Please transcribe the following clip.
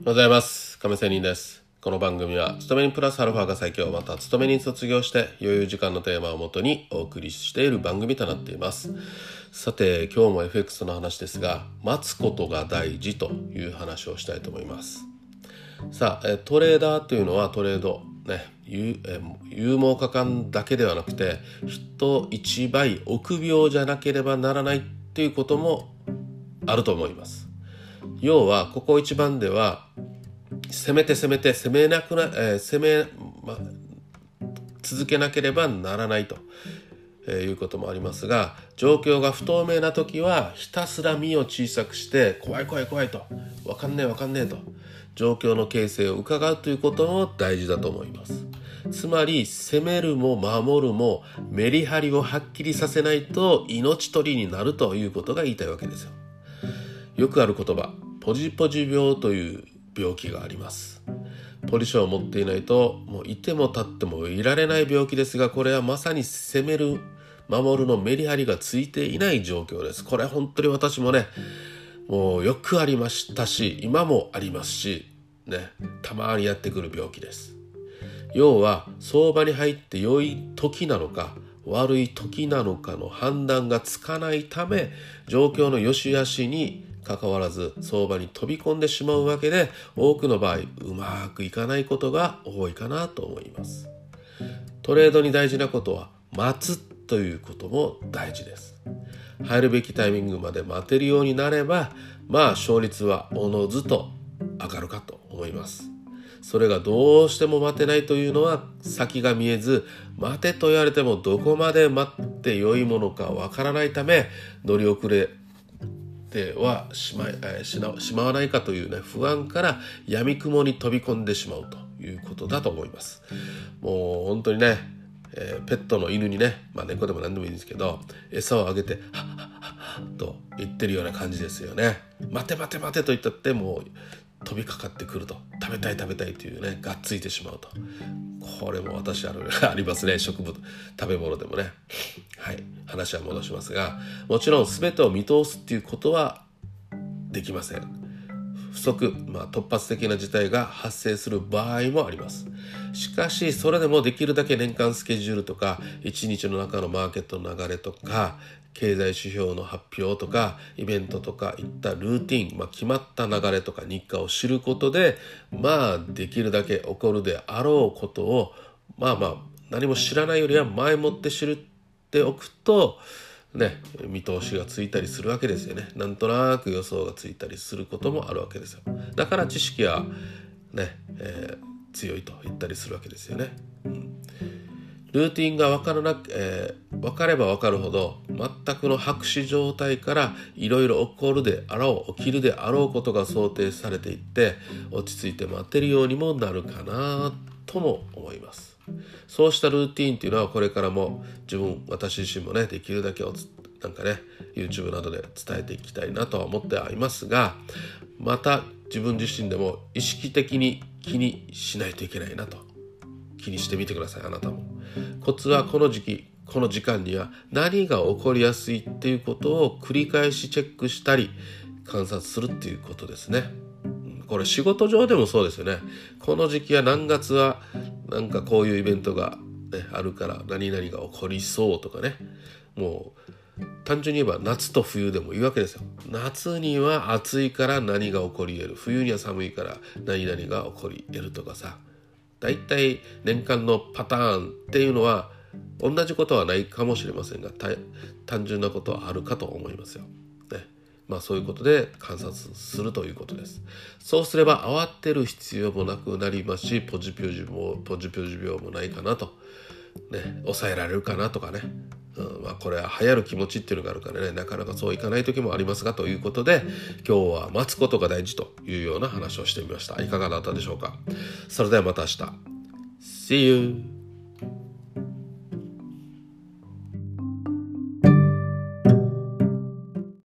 おはようございます。亀仙人です。この番組は勤め人プラスアルファが最強、また勤め人卒業して余裕時間のテーマをもとにお送りしている番組となっています。さて今日も FX の話ですが、待つことが大事という話をしたいと思います。さあトレーダーというのはトレードね、勇猛果敢だけではなくて人一倍臆病じゃなければならないっていうこともあると思います。要はここ一番では攻めなくな、続けなければならないということもありますが、状況が不透明な時はひたすら身を小さくして怖いとわかんねえと状況の形勢を伺うということも大事だと思います。つまり攻めるも守るもメリハリをはっきりさせないと命取りになるということが言いたいわけですよ。よくある言葉、ポジポジ病という病気があります。ポジションを持っていないともういても立ってもいられない病気ですが、これはまさに攻める守るのメリハリがついていない状況です。これは本当に私もね、もうよくありましたし今もありますしね、たまにやってくる病気です。要は相場に入って良い時なのか悪い時なのかの判断がつかないため、状況の良し悪しに関わらず相場に飛び込んでしまうわけで、多くの場合うまくいかないことが多いかなと思います。トレードに大事なことは待つということも大事です。入るべきタイミングまで待てるようになれば、勝率はおのずと上がるかと思います。それがどうしても待てないというのは先が見えず、待てと言われてもどこまで待って良いものかわからないため、乗り遅れてはしまわないかというね、不安から闇雲に飛び込んでしまうということだと思います。もう本当にね、ペットの犬にね、猫でも何でもいいんですけど、餌をあげてはっはっはっはっと言ってるような感じですよね。待てと言ったってもう飛びかかってくると、食べたいというね、がっついてしまうと。これも私ありますね。食べ物でもね。はい、話は戻しますが、もちろん全てを見通すっていうことはできません。不測、突発的な事態が発生する場合もあります。しかしそれでもできるだけ年間スケジュールとか1日の中のマーケットの流れとか経済指標の発表とかイベントとかいったルーティン、決まった流れとか日課を知ることで、できるだけ起こるであろうことを何も知らないよりは前もって知っておくとね、見通しがついたりするわけですよね。なんとなく予想がついたりすることもあるわけですよ。だから知識はね、強いと言ったりするわけですよね。ルーティンが分かれば分かるほど全くの白紙状態からいろいろ起きるであろうことが想定されていって、落ち着いて待てるようにもなるかなとも思います。そうしたルーティーンっていうのはこれからも私自身もね、できるだけYouTube などで伝えていきたいなとは思ってはいますが、また自分自身でも意識的に気にしないといけないなと。気にしてみてください。あなたも。コツはこの時間には何が起こりやすいっていうことを繰り返しチェックしたり観察するっていうことですね。これ仕事上でもそうですよね。この時期は何月はこういうイベントが、あるから何々が起こりそうとかね。もう単純に言えば夏と冬でもいいわけですよ。夏には暑いから何が起こり得る、冬には寒いから何々が起こり得るとかさ。だいたい年間のパターンっていうのは同じことはないかもしれませんが、単純なことはあるかと思いますよ。そういうことで観察するということです。そうすれば慌てる必要もなくなりますし、ポジピョジ病もないかなと、抑えられるかなとかね。これは流行る気持ちっていうのがあるからね、なかなかそういかない時もありますが、ということで今日は待つことが大事というような話をしてみました。いかがだったでしょうか。それではまた明日。See you!